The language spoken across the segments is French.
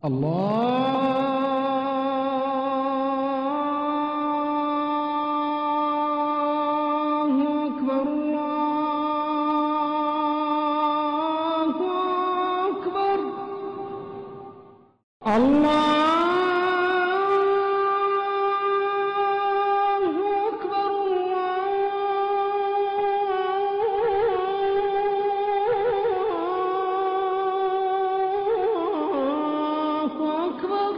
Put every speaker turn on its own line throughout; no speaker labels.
الله أكبر الله أكبر الله أكبر الله أكبر.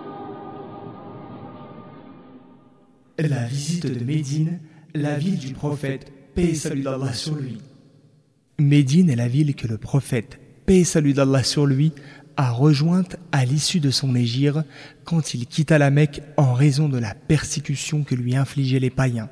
La visite de Médine, la ville du prophète, paix et salut d'Allah sur lui. Médine est la ville que le prophète, paix et salut d'Allah sur lui, a rejointe à l'issue de son hégire quand il quitta la Mecque en raison de la persécution que lui infligeaient les païens.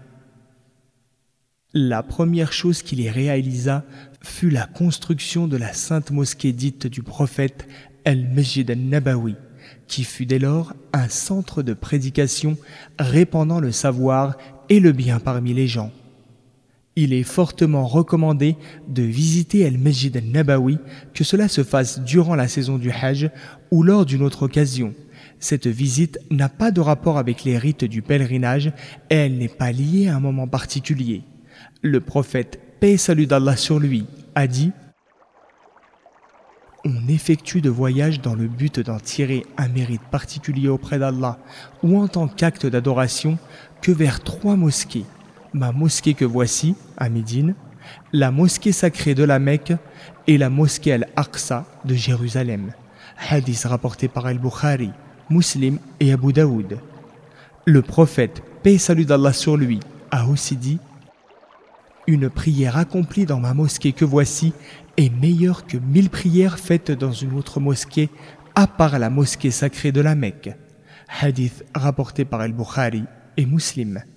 La première chose qu'il y réalisa fut la construction de la sainte mosquée dite du prophète, Al-Masjid al-Nabawi, qui fut dès lors un centre de prédication répandant le savoir et le bien parmi les gens. Il est fortement recommandé de visiter Al-Masjid al-Nabawi, que cela se fasse durant la saison du Hajj ou lors d'une autre occasion. Cette visite n'a pas de rapport avec les rites du pèlerinage et elle n'est pas liée à un moment particulier. Le prophète, paix et salut d'Allah sur lui, a dit: on effectue de voyages dans le but d'en tirer un mérite particulier auprès d'Allah ou en tant qu'acte d'adoration que vers 3 mosquées. Ma mosquée que voici, à Médine, la mosquée sacrée de la Mecque et la mosquée Al-Aqsa de Jérusalem. Hadith rapporté par Al-Bukhari, Muslim et Abu Daoud. Le prophète, paix et salut d'Allah sur lui, a aussi dit: une prière accomplie dans ma mosquée que voici est meilleure que 1000 prières faites dans une autre mosquée, à part la mosquée sacrée de la Mecque. Hadith rapporté par Al-Bukhari et Muslim.